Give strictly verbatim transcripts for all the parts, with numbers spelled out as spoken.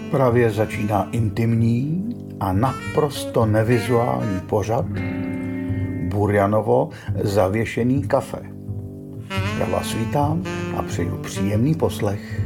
Právě začíná intimní a naprosto nevizuální pořad Burjanovo zavěšený kafe. Já vás vítám a přeju příjemný poslech.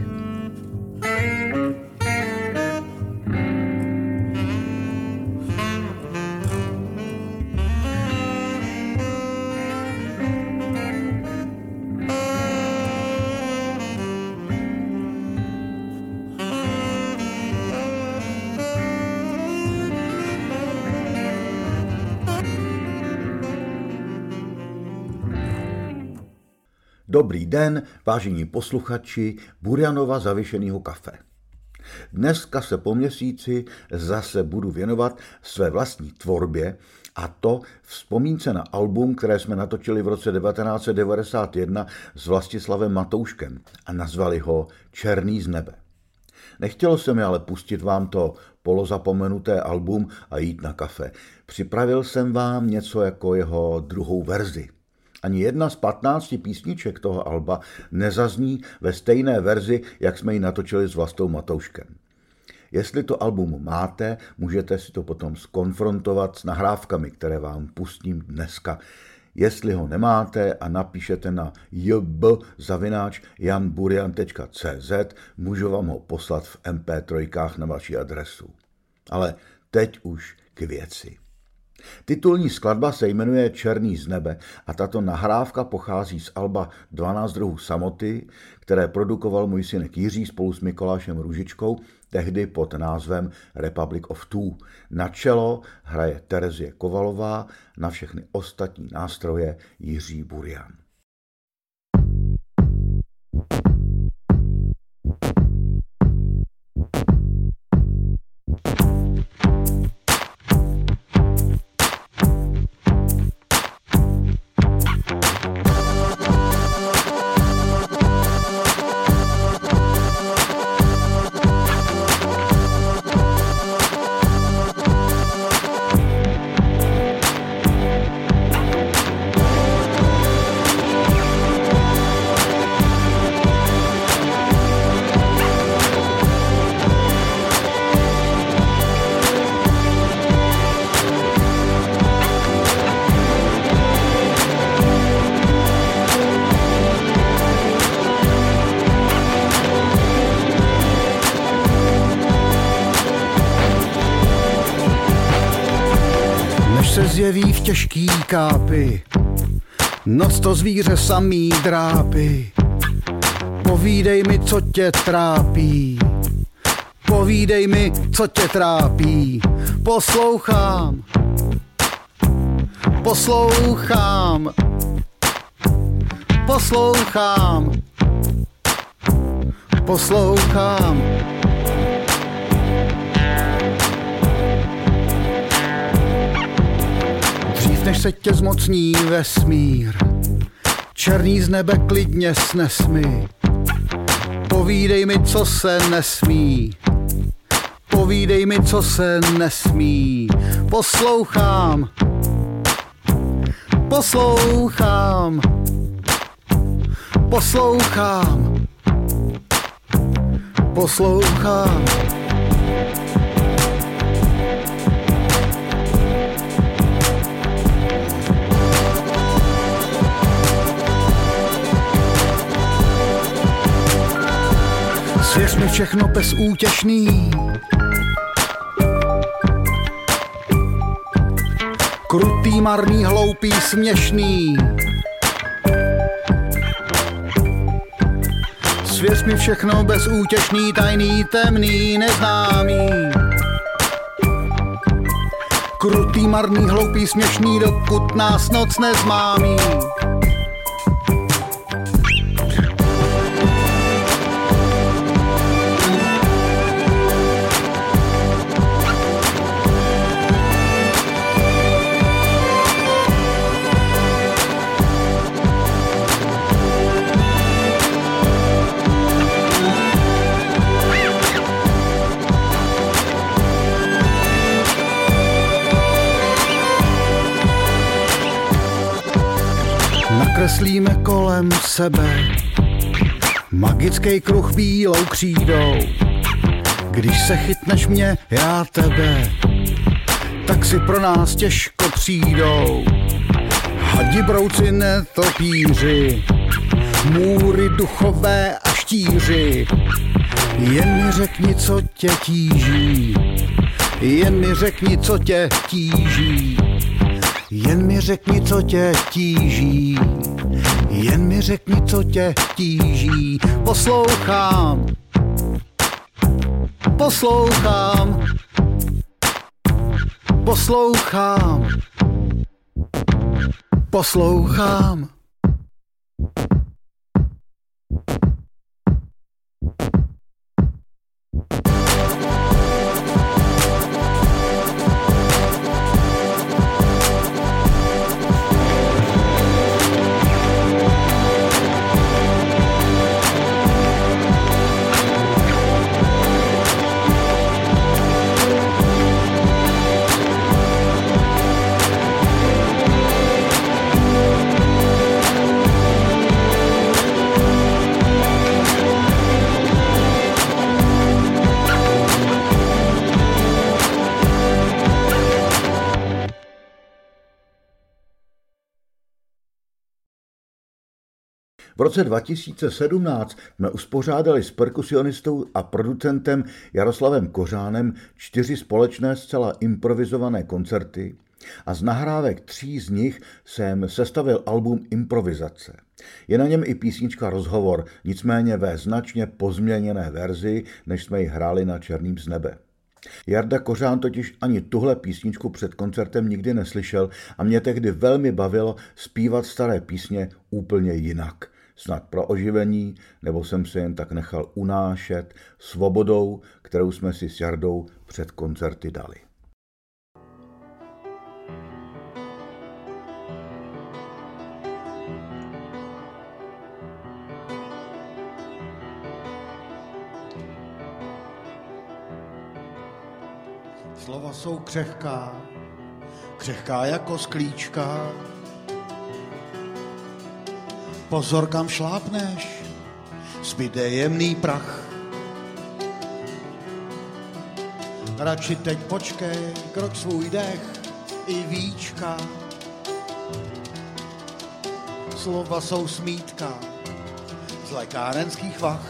Dobrý den, vážení posluchači Burjanova zavěšenýho kafe. Dneska se po měsíci zase budu věnovat své vlastní tvorbě, a to vzpomínce na album, které jsme natočili v roce devatenáct set devadesát jedna s Vlastislavem Matouškem a nazvali ho Černý z nebe. Nechtělo se mi ale pustit vám to polozapomenuté album a jít na kafe. Připravil jsem vám něco jako jeho druhou verzi. Ani jedna z patnácti písniček toho alba nezazní ve stejné verzi, jak jsme ji natočili s Vlastou Matouškem. Jestli to album máte, můžete si to potom zkonfrontovat s nahrávkami, které vám pustím dneska. Jestli ho nemáte a napíšete na j b zavináč jan burjan tečka c z, můžu vám ho poslat v em pé tři na vaši adresu. Ale teď už k věci. Titulní skladba se jmenuje Černý z nebe a tato nahrávka pochází z alba dvanáct druhů samoty, které produkoval můj synek Jiří spolu s Mikolášem Růžičkou, tehdy pod názvem Republic of Two. Na čelo hraje Terezie Kovalová, na všechny ostatní nástroje Jiří Burjan. Se zjeví v těžký kápy, noc to zvíře samý drápy. Povídej mi, co tě trápí, povídej mi, co tě trápí. Poslouchám, poslouchám, poslouchám, poslouchám. Než se tě zmocní vesmír, černý z nebe klidně snes mi. Povídej mi, co se nesmí, povídej mi, co se nesmí. Poslouchám, poslouchám, poslouchám, poslouchám. Svěř mi všechno bezútěšný, krutý, marný, hloupý, směšný. Svěř mi všechno bezútěšný, tajný, temný, neznámý. Krutý, marný, hloupý, směšný, dokud nás noc nezmámí. Nakreslíme kolem sebe magický kruh bílou křídou. Když se chytneš mě, já tebe, tak si pro nás těžko přijdou. Hadi, brouci, netopíři, můry duchové a štíři. Jen mi řekni, co tě tíží, jen mi řekni, co tě tíží. Jen mi řekni, co tě tíží, jen mi řekni, co tě tíží. Poslouchám, poslouchám, poslouchám, poslouchám. V roce dva tisíce sedmnáct jsme uspořádali s perkusionistou a producentem Jaroslavem Kořánem čtyři společné zcela improvizované koncerty a z nahrávek tří z nich jsem sestavil album Improvizace. Je na něm i písnička Rozhovor, nicméně ve značně pozměněné verzi, než jsme ji hráli na Černým z nebe. Jarda Kořán totiž ani tuhle písničku před koncertem nikdy neslyšel a mě tehdy velmi bavilo zpívat staré písně úplně jinak. Snad pro oživení, nebo jsem se jen tak nechal unášet svobodou, kterou jsme si s Jardou před koncerty dali. Slova jsou křehká, křehká jako sklíčka. Pozor, kam šlápneš, zbyde jemný prach. Radši teď počkej, krok svůj dech i víčka. Slova jsou smítka z lékárenských vach.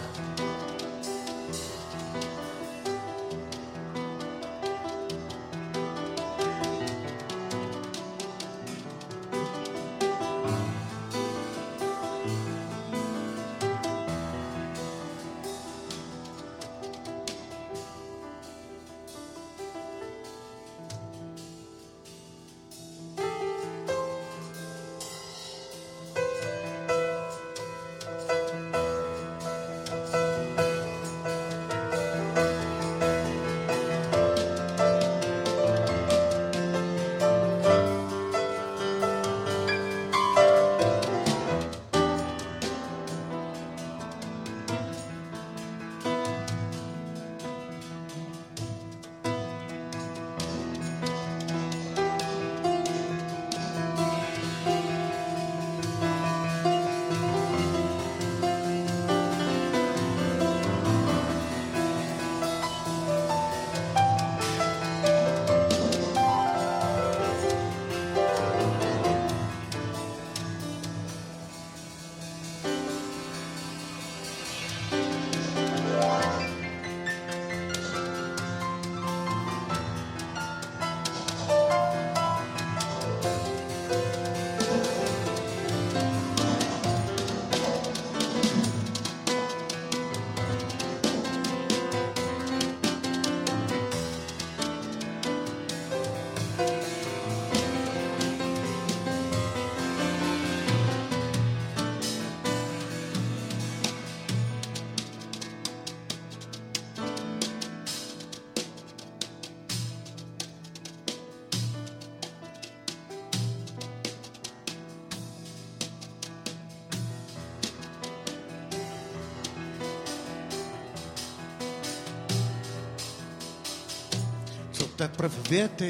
Teprv věty,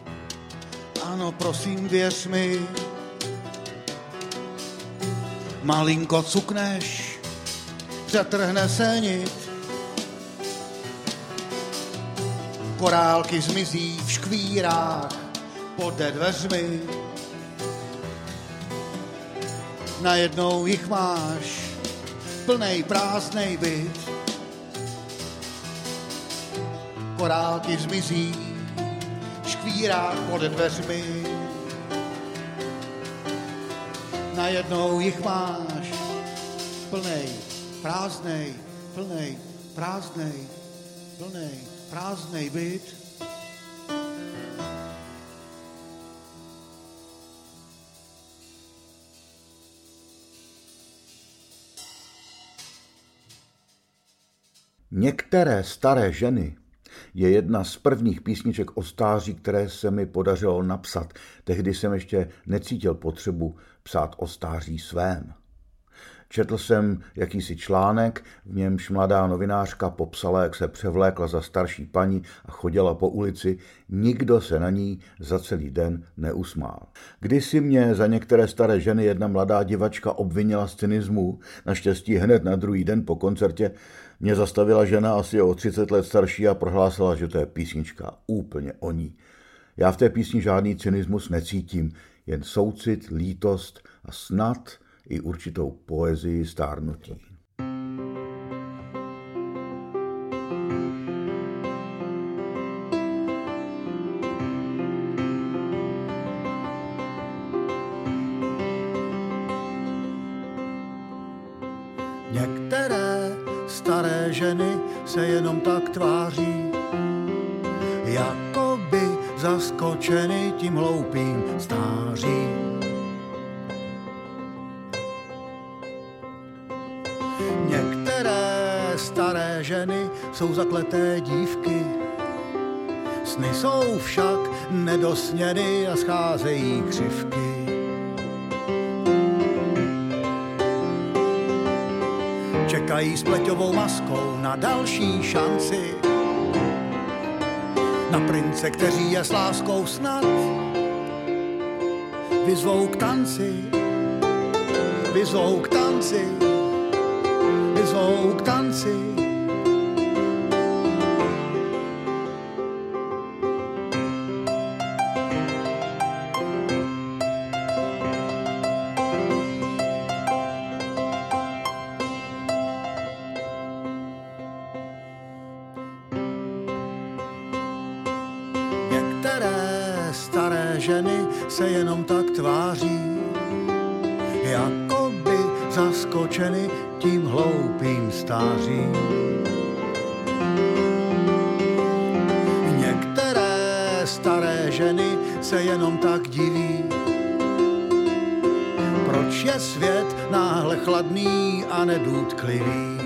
ano, prosím, věř mi. Malinko cukneš, přetrhne se nit. Korálky zmizí v škvírách pode dveřmi. Najednou jich máš plnej prázdnej byt. Korálky zmizí v škvírách pode dveřmi. Najednou jich máš plnej, prázdnej, plnej, prázdnej, plnej, prázdnej byt. Některé staré ženy je jedna z prvních písniček o stáří, které se mi podařilo napsat. Tehdy jsem ještě necítil potřebu psát o stáří svém. Četl jsem jakýsi článek, v němž mladá novinářka popsala, jak se převlékla za starší paní a chodila po ulici. Nikdo se na ní za celý den neusmál. Kdysi mě za některé staré ženy jedna mladá divačka obvinila z cynismu. Naštěstí hned na druhý den po koncertě mě zastavila žena asi o třicet let starší a prohlásila, že to je písnička úplně o ní. Já v té písni žádný cynismus necítím, jen soucit, lítost a snad i určitou poezii stárnutí. Některé staré ženy se jenom tak tváří, jako by zaskočeny tím hloupým stářím. Některé staré ženy jsou zakleté dívky, sny jsou však nedosněny a scházejí křivky. Čekají s pleťovou maskou na další šanci, na prince, kteří je s láskou snad vyzvou k tanci, vyzvou k tanci, vyzvou k tanci. Některé staré ženy se jenom tak tváří, jako by zaskočeny tím hloupým stářím. Některé staré ženy se jenom tak diví, proč je svět náhle chladný a nedůtklivý.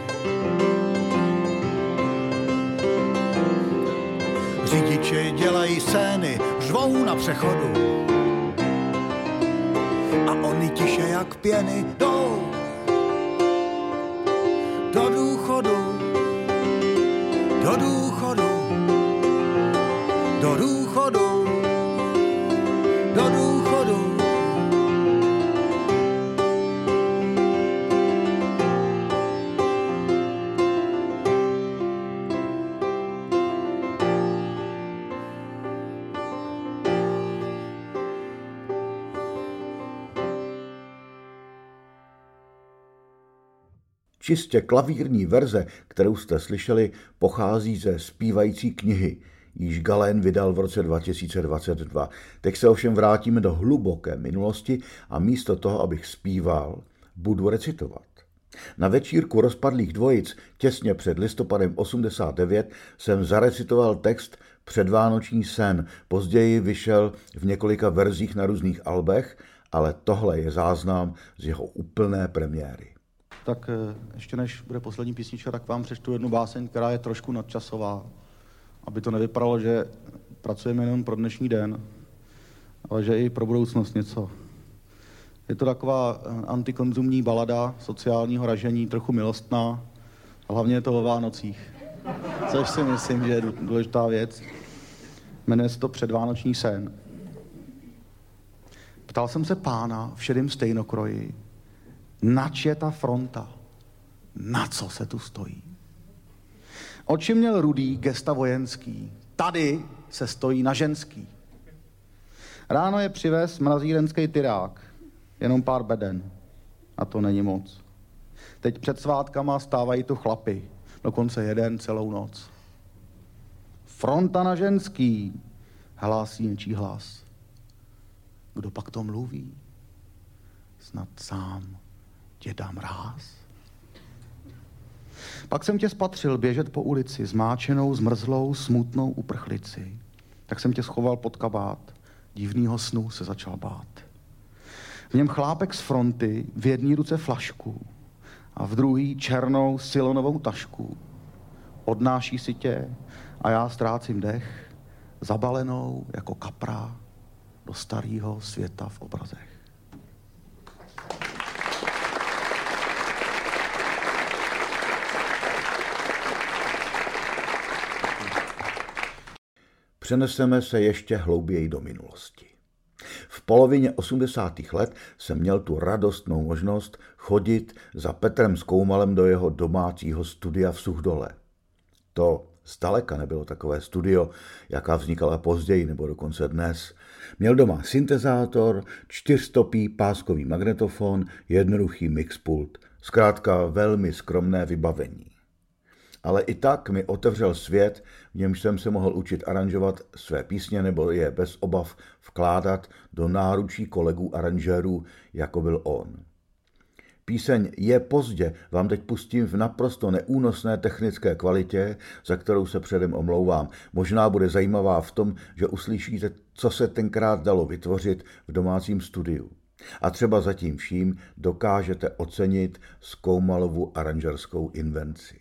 Řidiči dělají scény, řvou na přechodu a oni tiše jak pěny jdou do důchodu, do důchodu, do důchodu, do důchodu. Čistě klavírní verze, kterou jste slyšeli, pochází ze zpívající knihy, již Galén vydal v roce dva tisíce dvacet dva. Teď se ovšem vrátíme do hluboké minulosti a místo toho, abych zpíval, budu recitovat. Na večírku rozpadlých dvojic těsně před listopadem osmdesát devět jsem zarecitoval text Předvánoční sen. Později vyšel v několika verzích na různých albech, ale tohle je záznam z jeho úplné premiéry. Tak ještě než bude poslední písnička, tak vám přečtu jednu báseň, která je trošku nadčasová, aby to nevypadalo, že pracujeme jenom pro dnešní den, ale že i pro budoucnost něco. Je to taková antikonzumní balada sociálního ražení, trochu milostná, a hlavně je to o Vánocích, což si myslím, že je důležitá věc. Jmenuje se to Předvánoční sen. Ptal jsem se pána v šedém stejnokroji, nač je ta fronta, na co se tu stojí. Oči měl rudý, gesta vojenský, Tady se stojí na ženský. Ráno je přivez mrazírenský tyrák. Jenom pár beden. A to není moc. Teď před svátkama stávají tu chlapy. Dokonce jeden celou noc. Fronta na ženský, hlásí něčí hlas. Kdo pak to mluví? Snad sám děda Mráz. Pak jsem tě spatřil běžet po ulici, zmáčenou, zmrzlou, smutnou uprchlici. Tak jsem tě schoval pod kabát, divnýho snu se začal bát. V něm chlápek z fronty, v jedné ruce flašku a v druhý černou silonovou tašku. Odnáší si tě a já ztrácím dech, zabalenou jako kapra do starého světa v obrazech. Přeneseme se ještě hlouběji do minulosti. V polovině osmdesátých let jsem měl tu radostnou možnost chodit za Petrem Skoumalem do jeho domácího studia v Suchdole. To zdaleka nebylo takové studio, jaká vznikala později nebo dokonce dnes. Měl doma syntezátor, čtyřstopý páskový magnetofon, jednoduchý mixpult, zkrátka velmi skromné vybavení. Ale i tak mi otevřel svět, v němž jsem se mohl učit aranžovat své písně nebo je bez obav vkládat do náručí kolegů aranžérů, jako byl on. Píseň Je pozdě vám teď pustím v naprosto neúnosné technické kvalitě, za kterou se předem omlouvám. Možná bude zajímavá v tom, že uslyšíte, co se tenkrát dalo vytvořit v domácím studiu. A třeba za tím vším dokážete ocenit Skoumalovu aranžerskou invenci.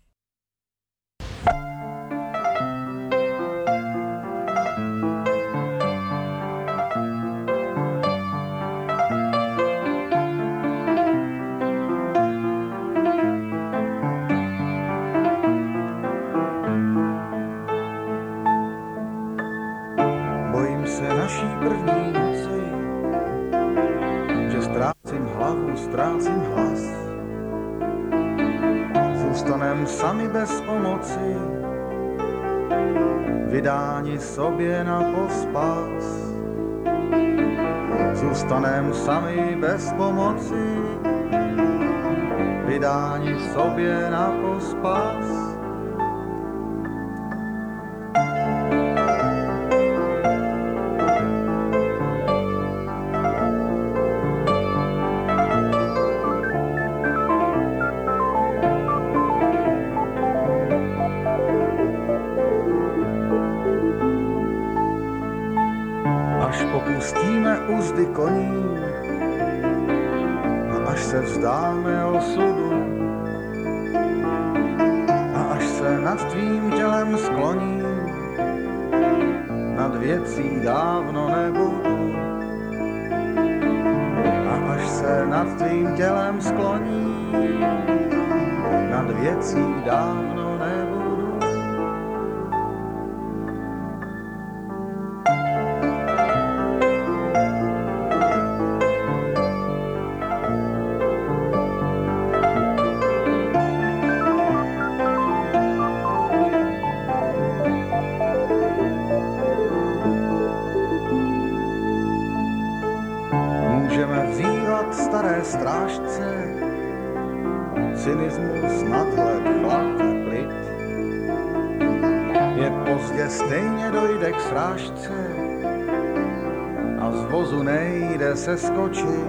Ztrácím hlas, zůstanem sami bez pomoci, vydáni sobě na pospas. Zůstanem sami bez pomoci, vydáni sobě na pospas. Opustíme uzdy koní a až se vzdáme osudu a až se nad tvým tělem skloním, nad věcí dávno nebudu. A až se nad tvým tělem skloním, nad věcí dávno nebudu. Staré strážce, cynismus, nadhled, chlad a klid. Je pozdě, stejně dojde k srážce a z vozu nejde se skočit.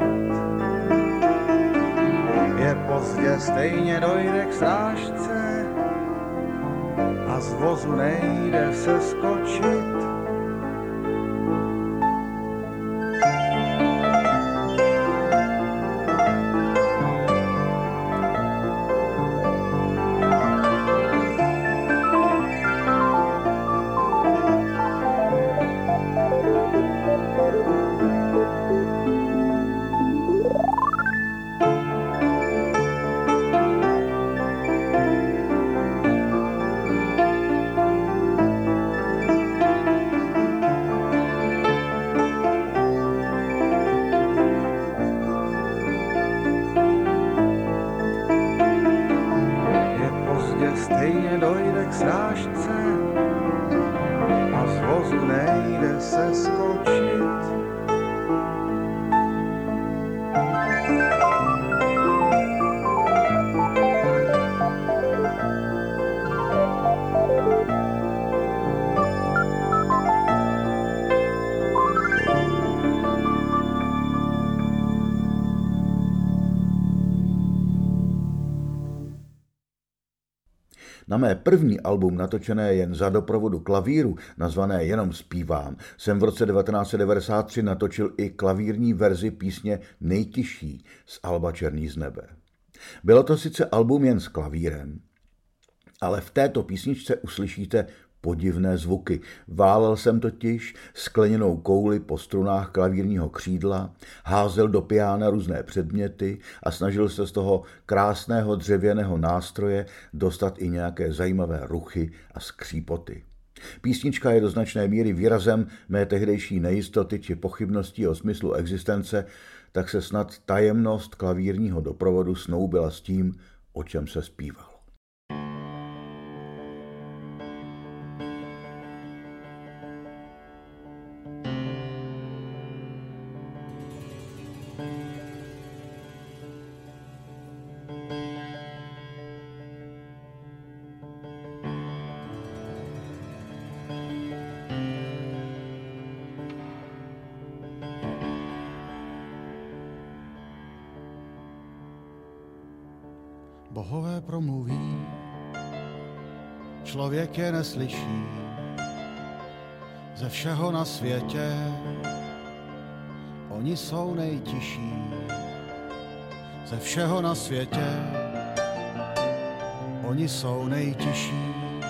Je pozdě, stejně dojde k srážce a z vozu nejde se skočit. stejně dojde k srážce vozu nejde se skočit. Na mé první album, natočené jen za doprovodu klavíru, nazvané Jenom zpívám, jsem v roce devatenáct set devadesát tři natočil i klavírní verzi písně Nejtižší z alba Černý z nebe. Bylo to sice album jen s klavírem, ale v této písničce uslyšíte podivné zvuky. Válel jsem totiž skleněnou kouli po strunách klavírního křídla, házel do piána různé předměty a snažil se z toho krásného dřevěného nástroje dostat i nějaké zajímavé ruchy a skřípoty. Písnička je do značné míry výrazem mé tehdejší nejistoty či pochybností o smyslu existence, tak se snad tajemnost klavírního doprovodu snoubila s tím, o čem se zpívalo. Bohové promluví, člověk je neslyší, ze všeho na světě oni jsou nejtižší, ze všeho na světě oni jsou nejtižší.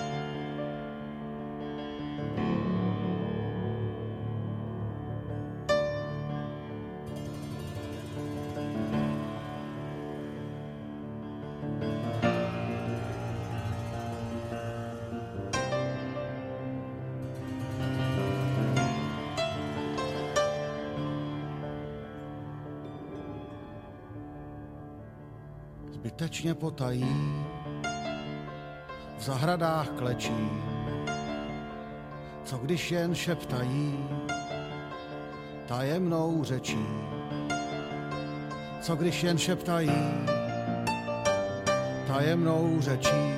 Zbytečně potají, v zahradách klečí, co když jen šeptají tajemnou řečí, co když jen šeptají tajemnou řečí.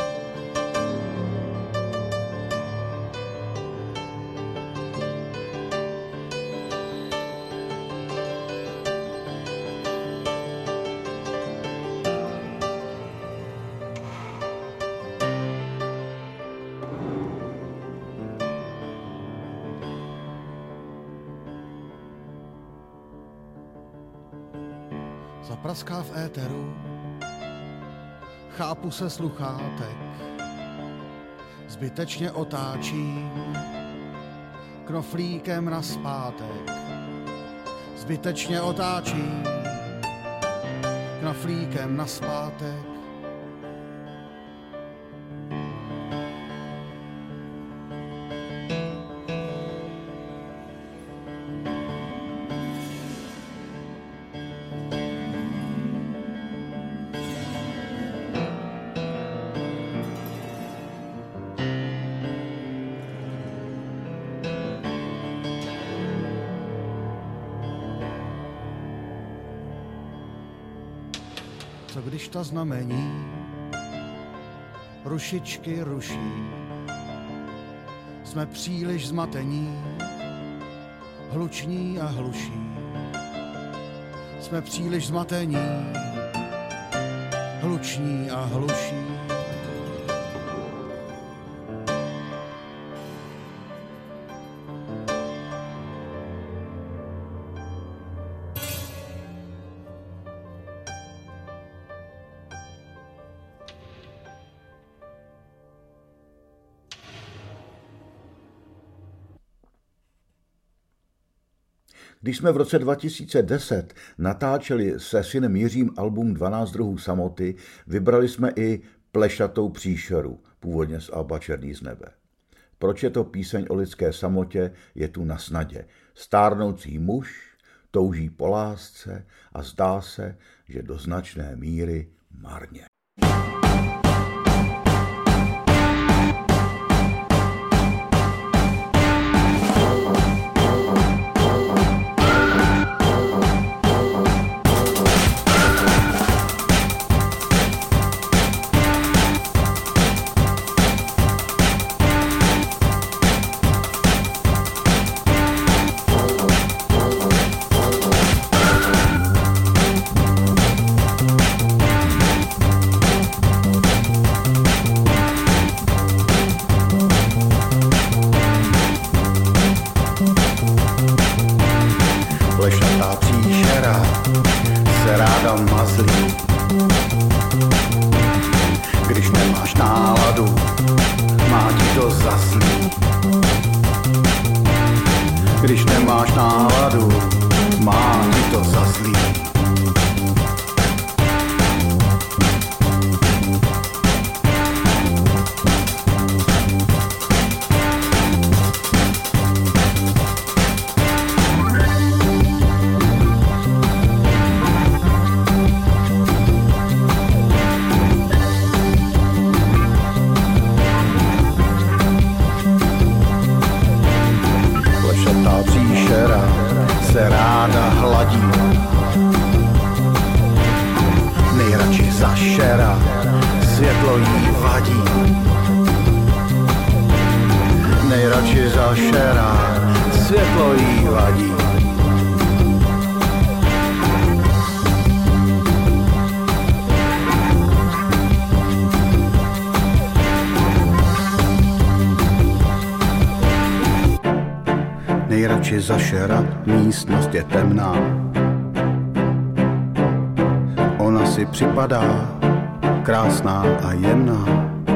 Zapraská v éteru, chápu se sluchátek, zbytečně otáčím knoflíkem nazpátek. Zbytečně otáčím knoflíkem nazpátek. Co když ta znamení rušičky ruší, jsme příliš zmatení, hluční a hluší. Jsme příliš zmatení, hluční a hluší. Když jsme v roce dva tisíce deset natáčeli se synem Jiřím album dvanáct druhů samoty, vybrali jsme i Plešatou příšeru, původně z alba Černý z nebe. Proč je to píseň o lidské samotě, je tu na snadě. Stárnoucí muž touží po lásce a zdá se, že do značné míry marně. náladu, má ti to za zlý. Když nemáš náladu, má ti to za zlý. Se ráda hladí, nejradši zašera, světlo jí vadí. Nejradši zašera, světlo jí vadí. Nejradši zašera, místnost je temná. Ona si připadá krásná a jemná.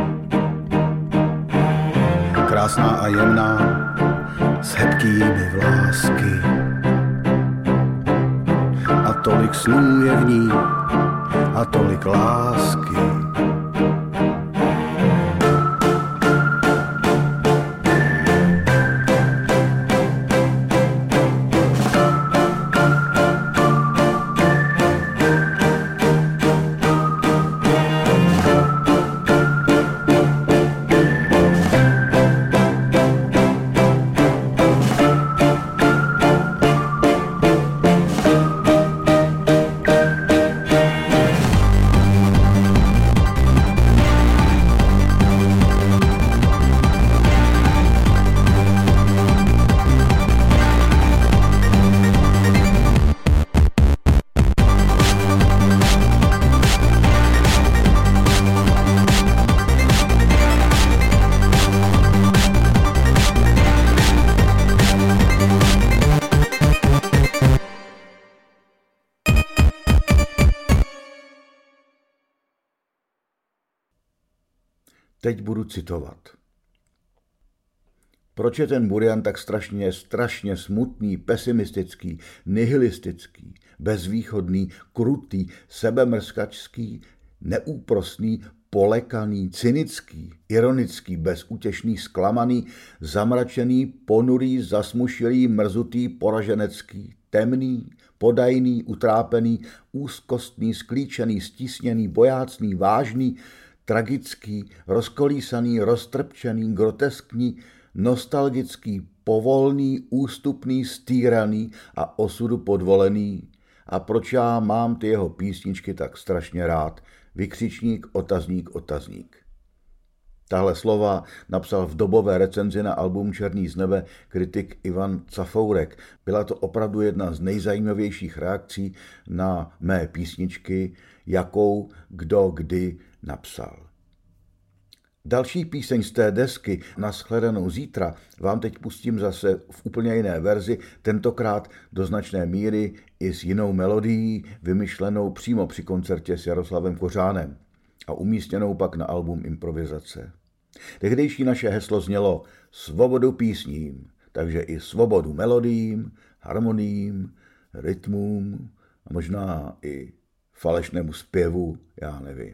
Krásná a jemná s hebkými vlásky. A tolik snů je v ní a tolik lásky. Teď budu citovat. Proč je ten Burian tak strašně, strašně smutný, pesimistický, nihilistický, bezvýchodný, krutý, sebemrskačský, neúprosný, polekaný, cynický, ironický, bezútěšný, zklamaný, zamračený, ponurý, zasmušilý, mrzutý, poraženecký, temný, podajný, utrápený, úzkostný, sklíčený, stísněný, bojácný, vážný, tragický, rozkolísaný, roztrpčený, groteskní, nostalgický, povolný, ústupný, stýraný a osudu podvolený. A proč já mám ty jeho písničky tak strašně rád? Vykřičník, otazník, otazník. Tahle slova napsal v dobové recenzi na album Černý z nebe kritik Ivan Cafourek. Byla to opravdu jedna z nejzajímavějších reakcí na mé písničky, jakou kdo kdy napsal. Další píseň z té desky Nashledanou zítra vám teď pustím zase v úplně jiné verzi, tentokrát do značné míry i s jinou melodií, vymyšlenou přímo při koncertě s Jaroslavem Kořánem a umístěnou pak na album Improvizace. Tehdejší naše heslo znělo svobodu písním, takže i svobodu melodiím, harmoniím, rytmům a možná i falešnému zpěvu, já nevím.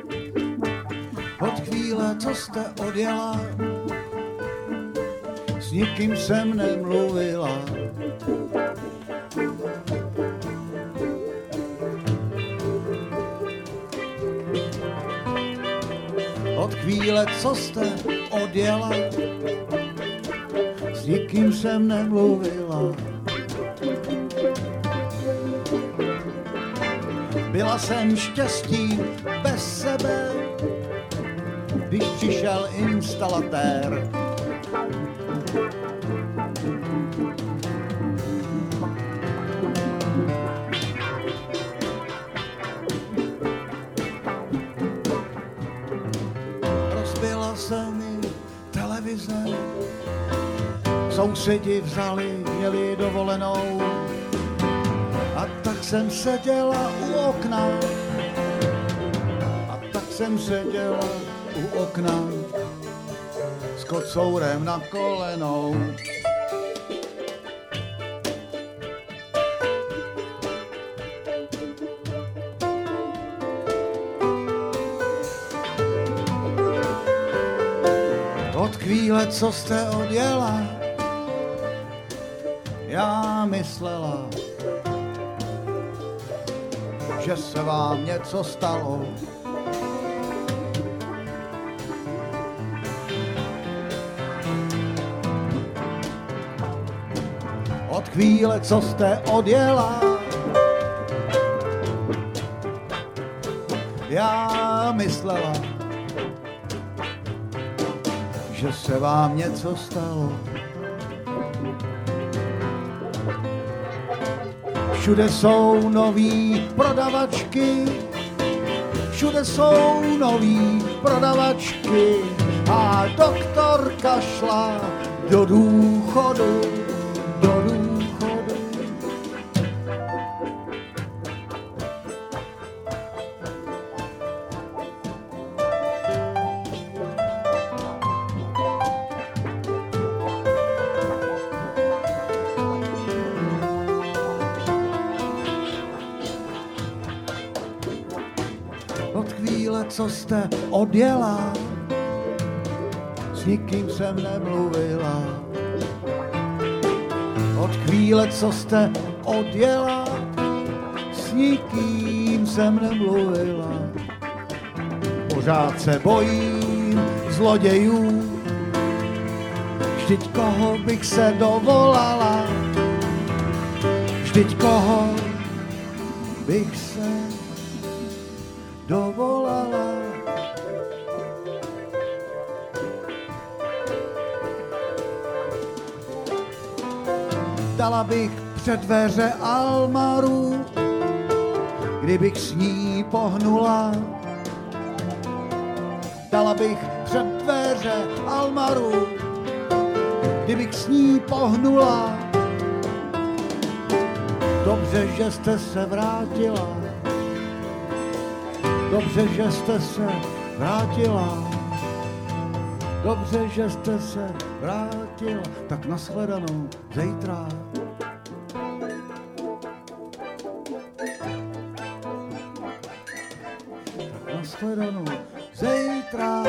Od chvíle, co jste odjela, s nikým jsem nemluvila. Od chvíle, co jste odjela, s nikým jsem nemluvila. Byla jsem štěstí bez sebe, když přišel instalatér. Rozbila se mi televize, sousedi vzali, měli dovolenou, a tak jsem seděla u okna, a tak jsem seděla u okna s kocourem na kolenou. Od chvíle, co jste odjela, já myslela, že se vám něco stalo. Od chvíle, co jste odjela, já myslela, že se vám něco stalo. Všude jsou nový prodavačky, všude jsou nový prodavačky a doktorka šla do důchodu, do důchodu. Od chvíle, co jste odjela, s nikým jsem nemluvila. Od chvíle, co jste odjela, s nikým jsem nemluvila. Pořád se bojím zlodějů, vždyť koho bych se dovolala, vždyť koho bych se dovolala. Dala bych před dveře Almaru, kdybych s ní pohnula. Dala bych před dveře Almaru, kdybych s ní pohnula. Dobře, že jste se vrátila, dobře, že jste se vrátila, dobře, že jste se vrátila, tak nashledanou zítra. Tak nashledanou zítra.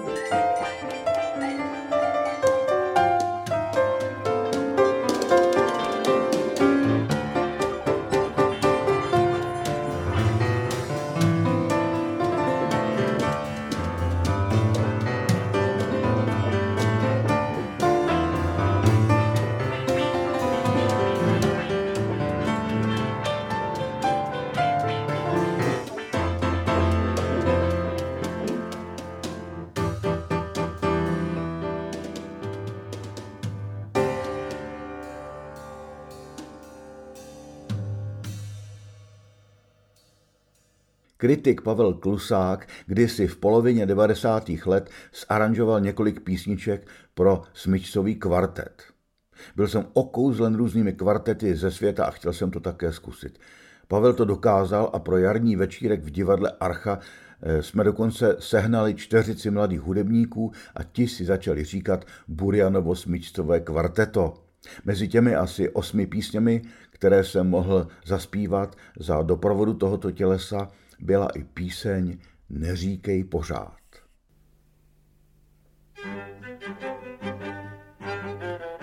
Kritik Pavel Klusák kdysi v polovině devadesátých let zaranžoval několik písniček pro smyčcový kvartet. Byl jsem okouzlen různými kvartety ze světa a chtěl jsem to také zkusit. Pavel to dokázal a pro jarní večírek v divadle Archa jsme dokonce sehnali čtyřici mladých hudebníků a ti si začali říkat Burjanovo smyčcové kvarteto. Mezi těmi asi osmi písněmi, které jsem mohl zaspívat za doprovodu tohoto tělesa, byla i píseň Neříkej pořád.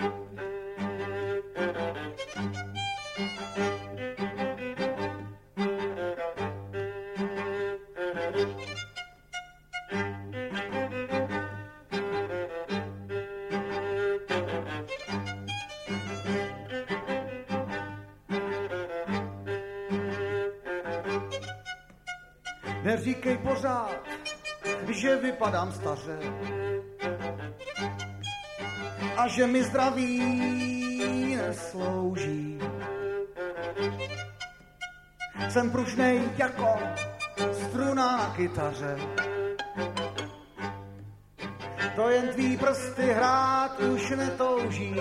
Neříkej pořád, že vypadám staře a že mi zdraví neslouží. Jsem pružnej jako struna na kytaře, to jen tvý prsty hrát už netouží.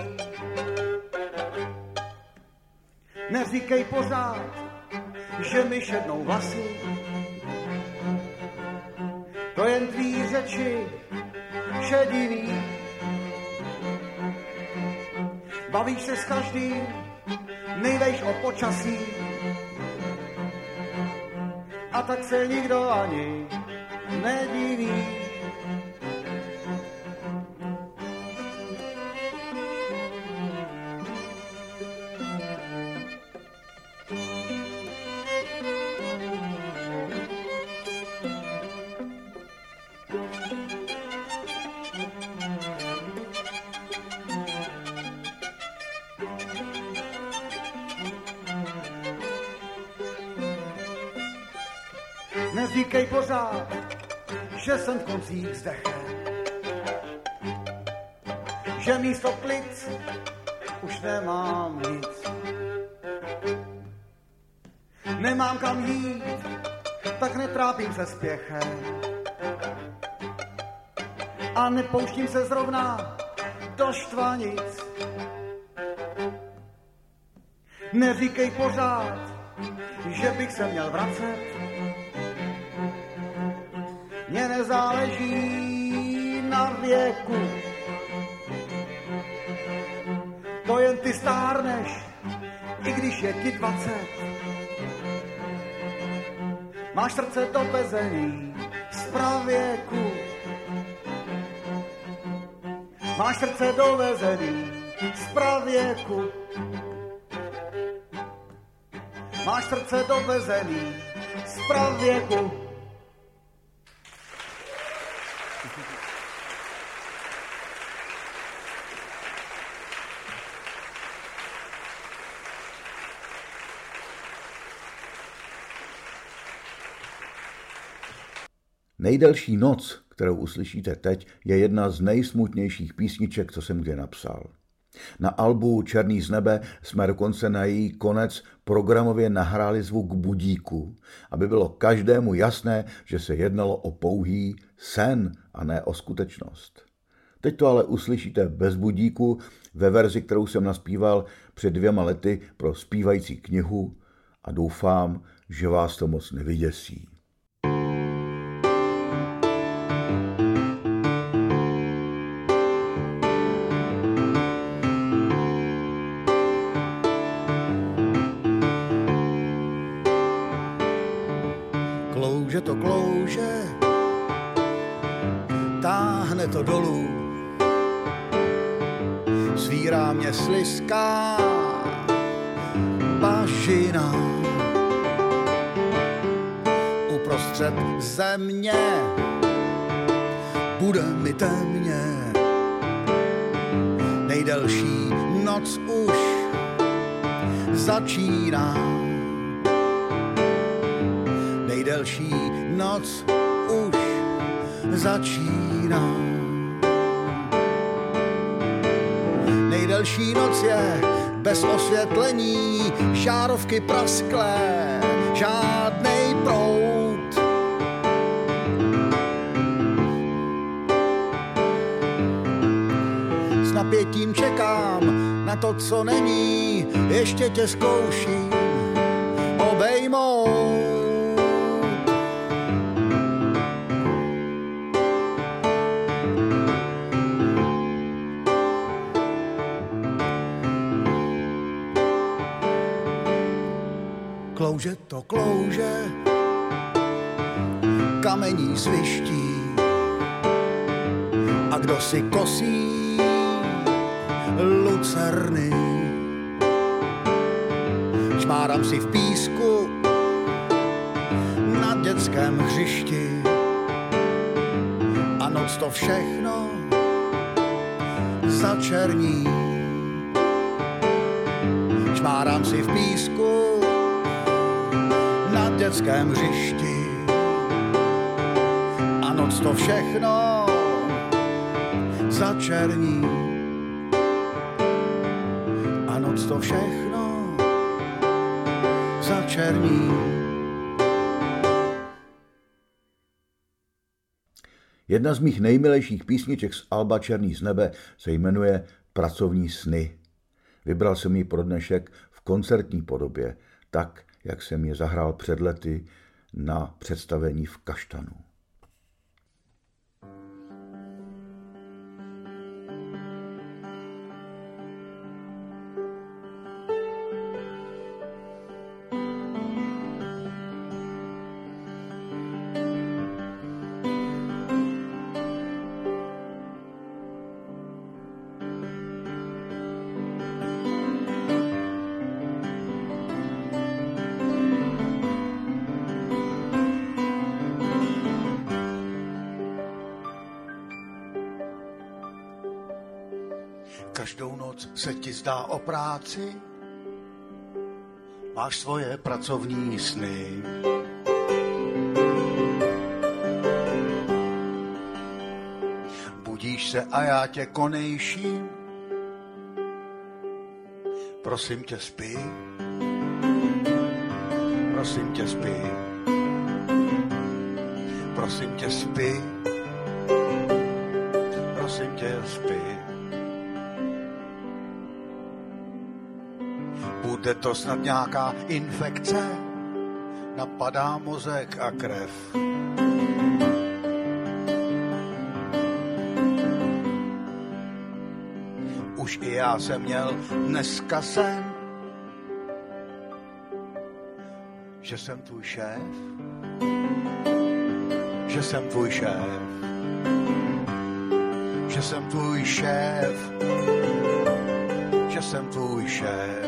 Neříkej pořád, že mi šednou vlasy, to jen tvý řeči šedivý. Bavíš se s každým, nejvejš o počasí, a tak se nikdo ani nediví. Neříkej pořád, že jsem v koncích zdechem, že místo plic už nemám nic. Nemám kam jít, tak netrápím se spěchem a nepouštím se zrovna do štvanic. Neříkej pořád, že bych se měl vracet, mně nezáleží na věku. To jen ty stárneš, i když je ti dvacet. Máš srdce dobezený z pravěku. Máš srdce dovezený z pravěku. Máš srdce dovezený z pravěku. Nejdelší noc, kterou uslyšíte teď, je jedna z nejsmutnějších písniček, co jsem kdy napsal. Na albu Černý z nebe jsme dokonce na její konec programově nahráli zvuk budíku, aby bylo každému jasné, že se jednalo o pouhý sen a ne o skutečnost. Teď to ale uslyšíte bez budíku ve verzi, kterou jsem naspíval před dvěma lety pro zpívající knihu a doufám, že vás to moc nevyděsí. Klouže to klouže, táhne to dolů, svírá mě slizká bažina. Uprostřed země bude mi temně, nejdelší noc už začíná. Nejdelší noc už začíná. Nejdelší noc je bez osvětlení, žárovky prasklé, žádnej proud. S napětím čekám na to, co není, ještě tě zkouším obejmout. Klouže to klouže, kamení sviští a kdo si kosí lucerny. Šmárám si v písku na dětském hřišti a noc to všechno začerní. Šmárám si v písku na dětském hřišti noc to všechno začerní. A noc to všechno začerní. Jedna z mých nejmilejších písniček z alba Černý z nebe se jmenuje Pracovní sny. Vybral jsem ji pro dnešek v koncertní podobě, tak, jak jsem je zahrál před lety na představení v Kaštanu. Každou noc se ti zdá o práci, máš svoje pracovní sny. Budíš se a já tě konejším, prosím tě spí, prosím tě spí, prosím tě spí, prosím tě spí. Bude to snad nějaká infekce, napadá mozek a krev. Už i já jsem měl dneska sen, že jsem tvůj šéf, že jsem tvůj šéf, že jsem tvůj šéf, že jsem tvůj šéf.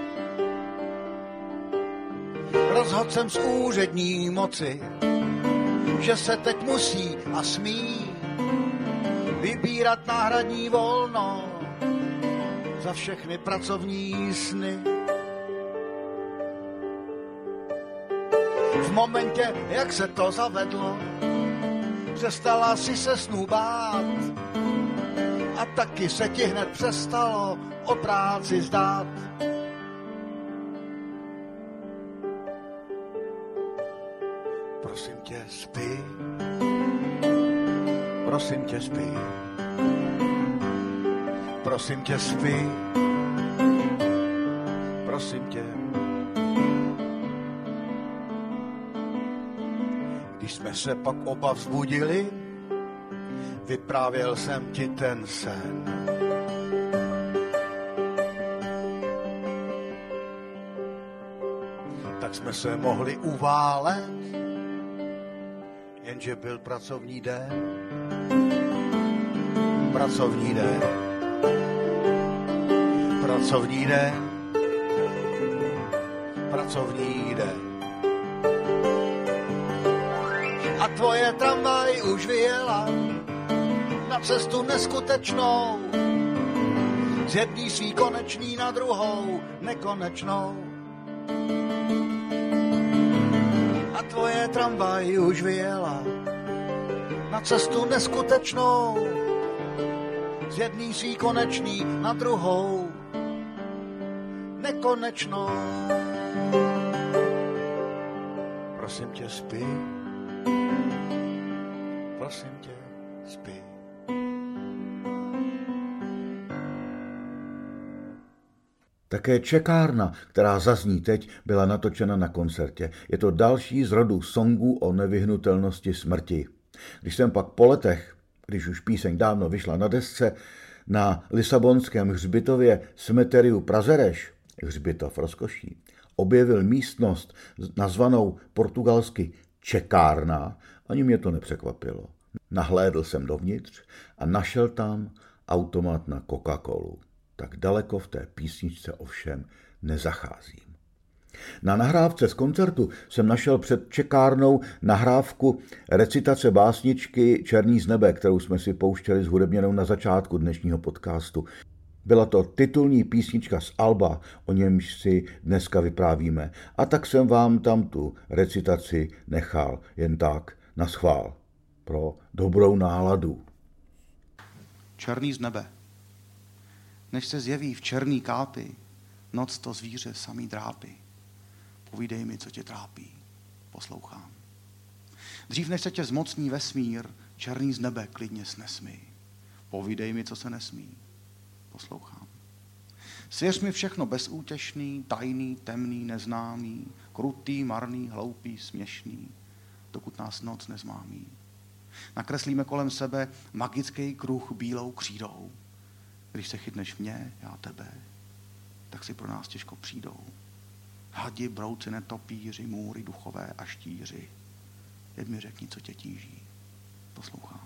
Rozhodl jsem z úřední moci, že se teď musí a smí vybírat náhradní volno za všechny pracovní sny. V momentě, jak se to zavedlo, přestala si se snů bát a taky se ti hned přestalo o práci zdát. Prosím tě, spí, prosím tě, spí, prosím tě, spí, prosím tě. Když jsme se pak oba vzbudili, vyprávěl jsem ti ten sen. Tak jsme se mohli uválet, jenže byl pracovní den, pracovní den, pracovní den, pracovní den. A tvoje tramvaj už vyjela na cestu neskutečnou, z jedný svý konečný na druhou nekonečnou. A tvoje tramvaj už vyjela na cestu neskutečnou, z jedný svý konečný na druhou nekonečnou. Prosím tě, spí, prosím tě, spí. Také Čekárna, která zazní teď, byla natočena na koncertě. Je to další z rodu songů o nevyhnutelnosti smrti. Když jsem pak po letech, když už píseň dávno vyšla na desce, na lisabonském hřbitově Cemeteriu Prazereš, hřbitov rozkoší, objevil místnost nazvanou portugalsky Čekárna, ani mě to nepřekvapilo. Nahlédl jsem dovnitř a našel tam automat na Coca-Colu. Tak daleko v té písničce ovšem nezacházím. Na nahrávce z koncertu jsem našel před Čekárnou nahrávku recitace básničky Černý z nebe, kterou jsme si pouštěli s hudebněnou na začátku dnešního podcastu. Byla to titulní písnička z alba, o němž si dneska vyprávíme. A tak jsem vám tam tu recitaci nechal jen tak na schvál. pro dobrou náladu. Černý z nebe. Než se zjeví v černý kápy, noc to zvíře samý drápy. Povídej mi, co tě trápí. Poslouchám. Dřív než se tě zmocní vesmír, černý z nebe klidně snesmí. Povídej mi, co se nesmí. Poslouchám. Svěř mi všechno bezútěšný, tajný, temný, neznámý, krutý, marný, hloupý, směšný, dokud nás noc nezmámí. Nakreslíme kolem sebe magický kruh bílou křídou. Když se chytneš mě, já tebe, tak si pro nás těžko přijdou. Hadi, brouci, netopíři, můry, duchové a štíři. Jen mi řekni, co tě tíží. Poslouchám.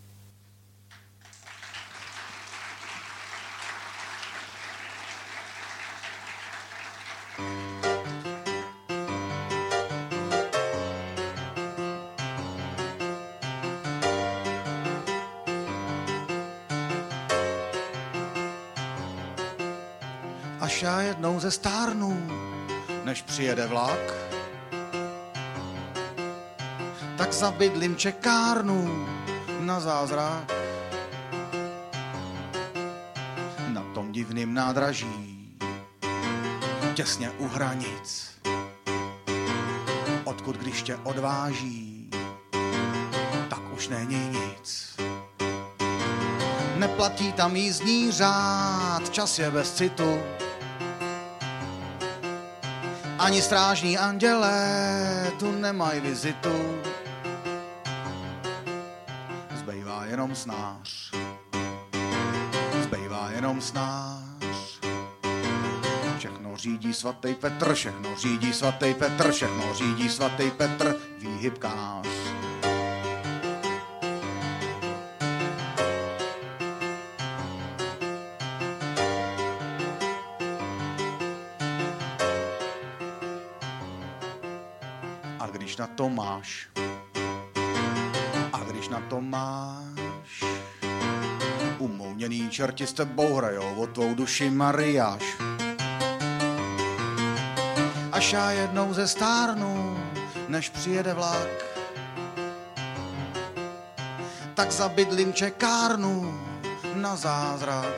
Až já jednou zestárnu, než přijede vlak, tak zabydlím čekárnu na zázrak. Na tom divným nádraží, těsně u hranic, odkud když tě odváží, tak už není nic. Neplatí tam jízdní řád, čas je bez citu, ani strážní andělé tu nemají vizitu. Zbývá jenom snář, zbývá jenom snář. Všechno řídí svatý Petr, všechno řídí svatý Petr, všechno řídí svatý Petr, výhybkář. A když na to máš, a když na to máš, umouněný čerti s tebou hrajou o tvou duši mariáš. Až já jednou zestárnu, než přijede vlak, tak zabydlím čekárnu na zázrak,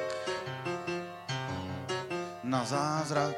na zázrak.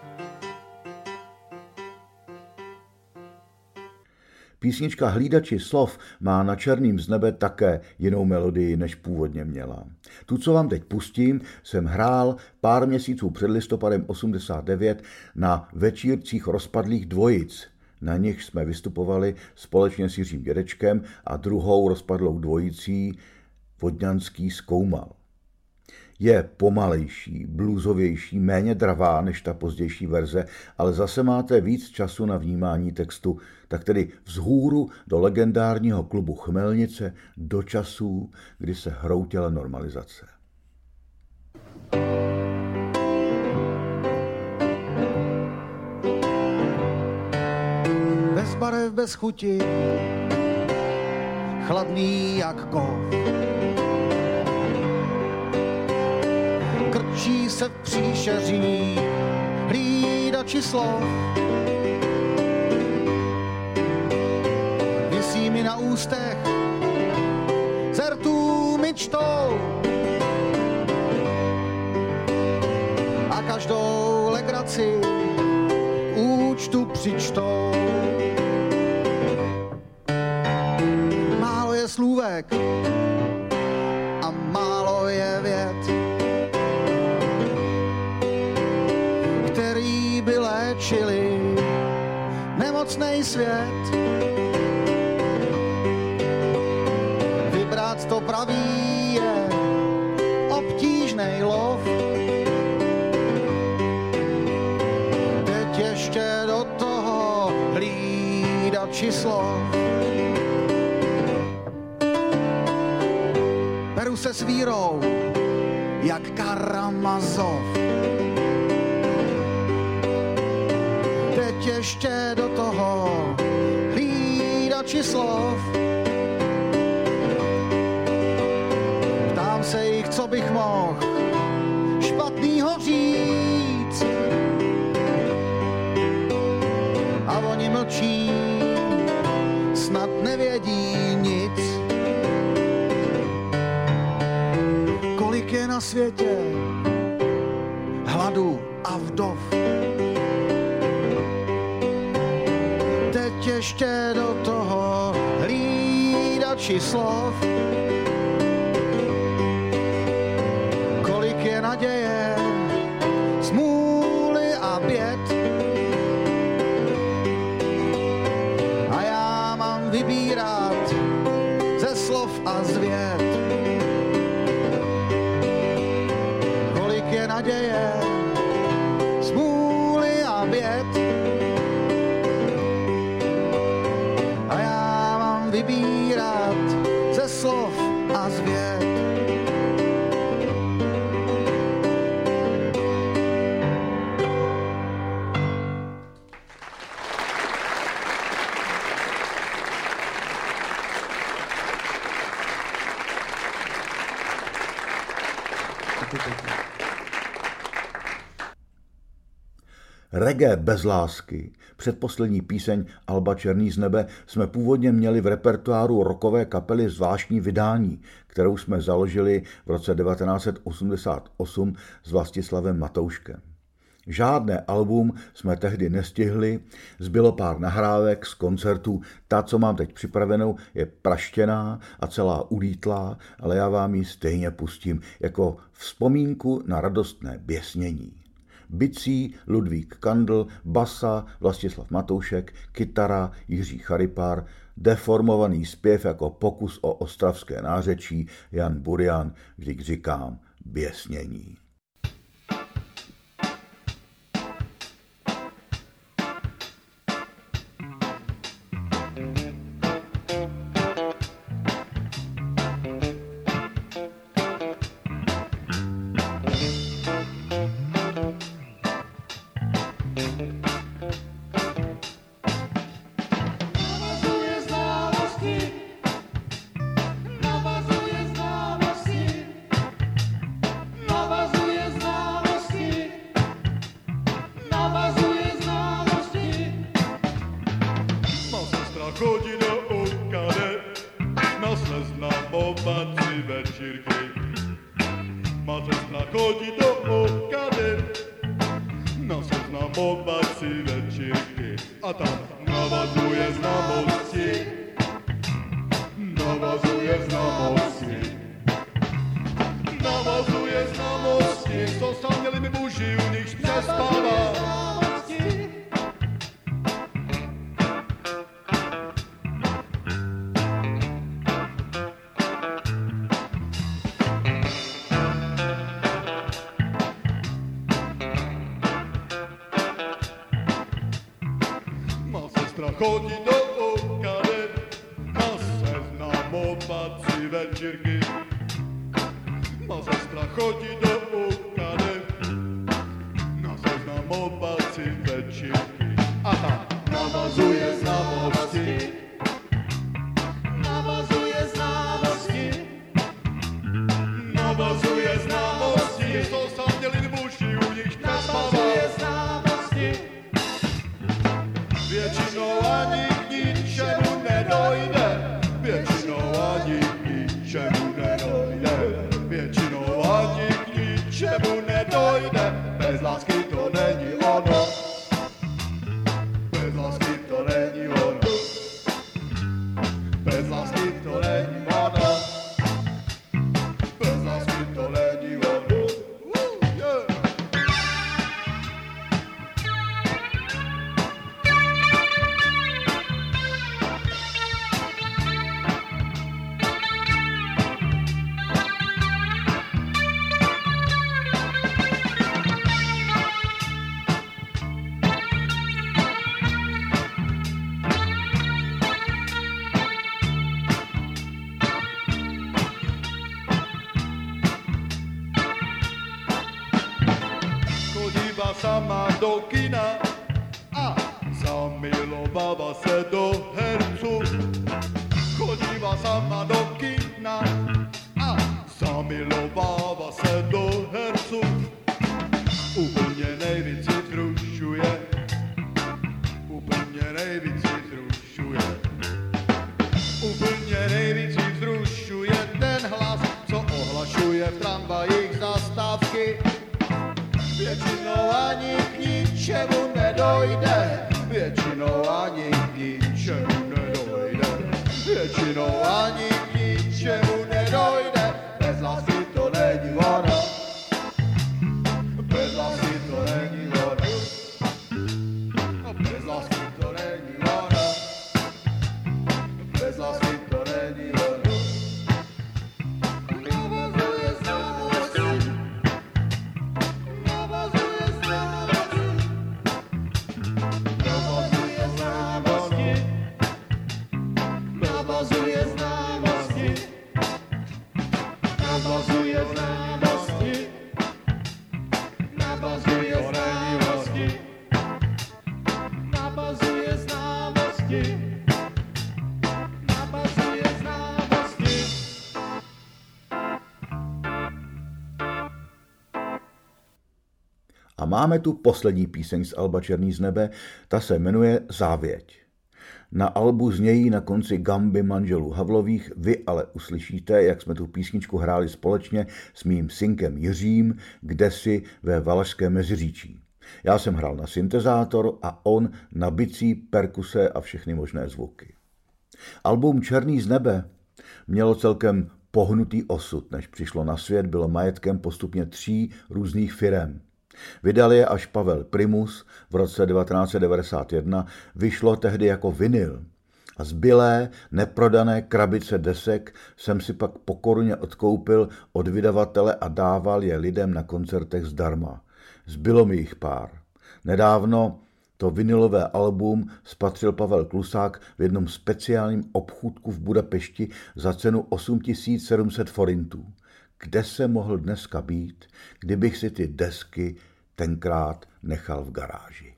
Písnička Hlídači slov má na Černým z nebe také jinou melodii, než původně měla. Tu, co vám teď pustím, jsem hrál pár měsíců před listopadem osmdesát devět na večírcích rozpadlých dvojic. Na nich jsme vystupovali společně s Jiřím Dědečkem a druhou rozpadlou dvojicí Vodňanský Zkoumal. Je pomalejší, bluesovější, méně dravá než ta pozdější verze, ale zase máte víc času na vnímání textu, tak tedy vzhůru do legendárního klubu Chmelnice do časů, kdy se hroutěla normalizace. Bez barev, bez chuti, chladný jak kov. Krčí se v příšeří hlídači slov. Visí mi na ústech, zertů mi čtou. A každou legraci účtu přičtou. Málo je slůvek a málo je vět, který by léčili nemocnej svět. Vybrat to pravý je obtížnej lov. Teď ještě do toho hlídači slov. Beru se s vírou jak Karamazov. Teď ještě do toho hlídači slov. Ptám se jich, co bych mohl špatnýho říct. A oni mlčí, snad nevědí nic. světě, hladu a vdov. Teď ještě do toho hlídači slov. Kolik je naděje, smůly a běd. A já mám vybírat ze slov a z věd. Kolik je naděje, smůly a běd. A já mám vybírat ze slov a z věd. Reggae bez lásky, předposlední píseň Alba Černý z nebe, jsme původně měli v repertoáru rockové kapely Zvláštní vydání, kterou jsme založili v roce devatenáct set osmdesát osm s Vlastislavem Matouškem. Žádné album jsme tehdy nestihli, zbylo pár nahrávek z koncertů. Ta, co mám teď připravenou, je praštěná a celá ulítlá, ale já vám ji stejně pustím jako vzpomínku na radostné běsnění. Bicí Ludvík Kandl, basa Vlastislav Matoušek, kytara Jiří Charipár, deformovaný zpěv jako pokus o ostravské nářečí Jan Burian, vždyť říkám běsnění. Chodí do okady na seznamovací večírky. Má sestra chodí do okady na seznamovací večírky. A tam navazuje známosti, navazuje známosti, navazuje známosti, to sam měli muži, u nich navazuje známosti. Většinou ani k ničemu nedojde, většinou ani k ničemu nedojde, většinou ani k ničemu nedojde, bez lásky to není ono, bez lásky to není ono, bez lásky to není ono, bez lásky to není ono. Sama do kina a zamilovala se do herců. Chodíva sama do kina a zamilovala se do herců. Úplně nejvíc si vzrušuje, úplně nejvíc si vzrušuje, úplně nejvíc si vzrušuje ten hlas, co ohlašuje v tramvajích zas. většinou ani k ničemu nedojde, většinou ani k ničemu nedojde, většinou ani k ničemu nedojde, bez lásky to není voda, bez lásky to není voda, bez lásky to není voda, bez lásky to není voda. Navazuje známosti, navazuje známosti, navazuje známosti, navazuje známosti, navazuje známosti, navazuje známosti, navazuje známosti, navazuje známosti. A máme tu poslední píseň z alba Černý z nebe, ta se jmenuje Závěť. Na albu znějí na konci gamby manželů Havlových, vy ale uslyšíte, jak jsme tu písničku hráli společně s mým synkem Jiřím, kdesi ve Valašském Meziříčí. Já jsem hrál na syntezátor a on na bicí, perkuse a všechny možné zvuky. Album Černý z nebe mělo celkem pohnutý osud, než přišlo na svět, bylo majetkem postupně tří různých firem. Vydal je až Pavel Primus v roce devatenáct set devadesát jedna, vyšlo tehdy jako vinyl. A zbylé, neprodané krabice desek jsem si pak pokorně odkoupil od vydavatele a dával je lidem na koncertech zdarma. Zbylo mi jich pár. Nedávno to vinylové album spatřil Pavel Klusák v jednom speciálním obchůdku v Budapešti za cenu osm tisíc sedm set forintů. Kde se mohl dneska být, kdybych si ty desky tenkrát nechal v garáži?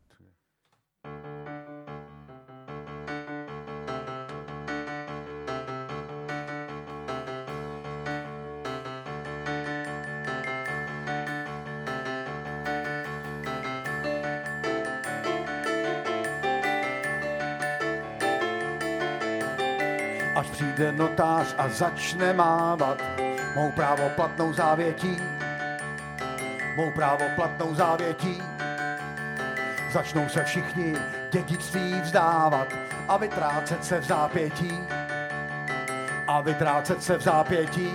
Až přijde notář a začne mávat mou právoplatnou závětí, mou právoplatnou závětí, začnou se všichni dědictví vzdávat a vytrácet se v zápětí, a vytrácet se v zápětí.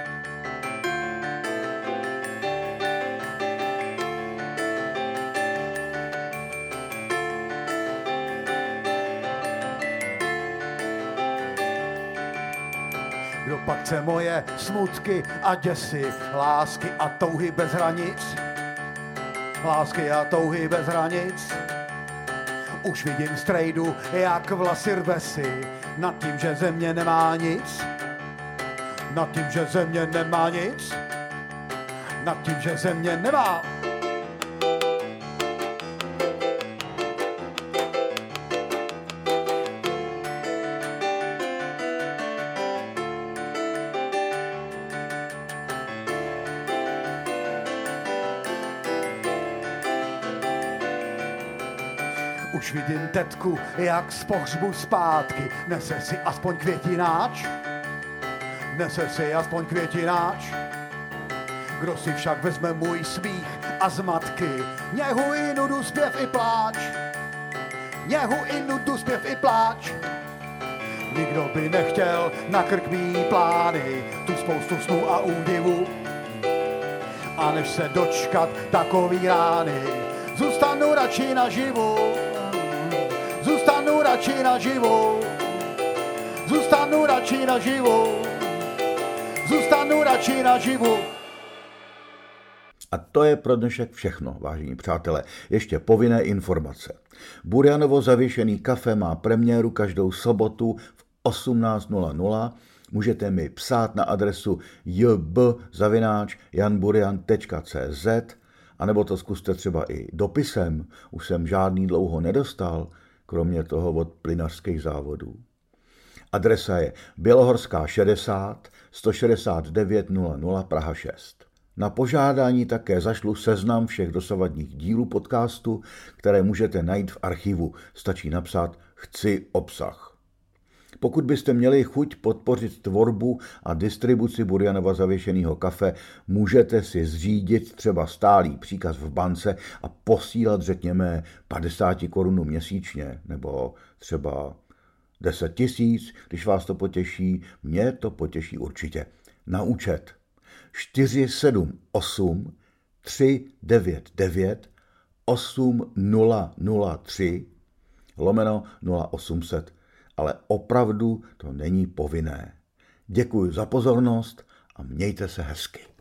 Kdo pak chce moje smutky a děsy, lásky a touhy bez hranic, lásky a touhy bez hranic. Už vidím strejdu, jak vlasy rve si, nad tím, že země nemá nic, nad tím, že země nemá nic, nad tím, že země nemá. Už vidím tetku, jak z pohřbu zpátky nese si aspoň květináč, nese si aspoň květináč. Kdo si však vezme můj smích a zmatky, něhu i nudu, zpěv i pláč, něhu i nudu, zpěv i pláč. Nikdo by nechtěl na krk mý plány, tu spoustu snů a údivu. A než se dočkat takový rány, zůstanu radši naživu. Zůstanu radši naživu, zůstanu radši naživu, zůstanu radši naživu. A to je pro dnešek všechno, vážení přátelé. Ještě povinné informace. Burjanovo zavěšený kafe má premiéru každou sobotu v osmnáct nula nula. Můžete mi psát na adresu j b zavináč jan burjan tečka c z, anebo to zkuste třeba i dopisem. Už jsem žádný dlouho nedostal, kromě toho od plynařských závodů. Adresa je Bělohorská šedesát, sto šedesát devět nula nula Praha šest. Na požádání také zašlu seznam všech dosavadních dílů podcastu, které můžete najít v archivu. Stačí napsat chci obsah. Pokud byste měli chuť podpořit tvorbu a distribuci Burjanova zavěšeného kafe, můžete si zřídit třeba stálý příkaz v bance a posílat, řekněme, padesát korun měsíčně, nebo třeba deset tisíc, když vás to potěší, mě to potěší určitě. Na účet čtyři sedm osm tři devět devět osm nula nula tři lomeno nula osm set, ale opravdu to není povinné. Děkuji za pozornost a mějte se hezky.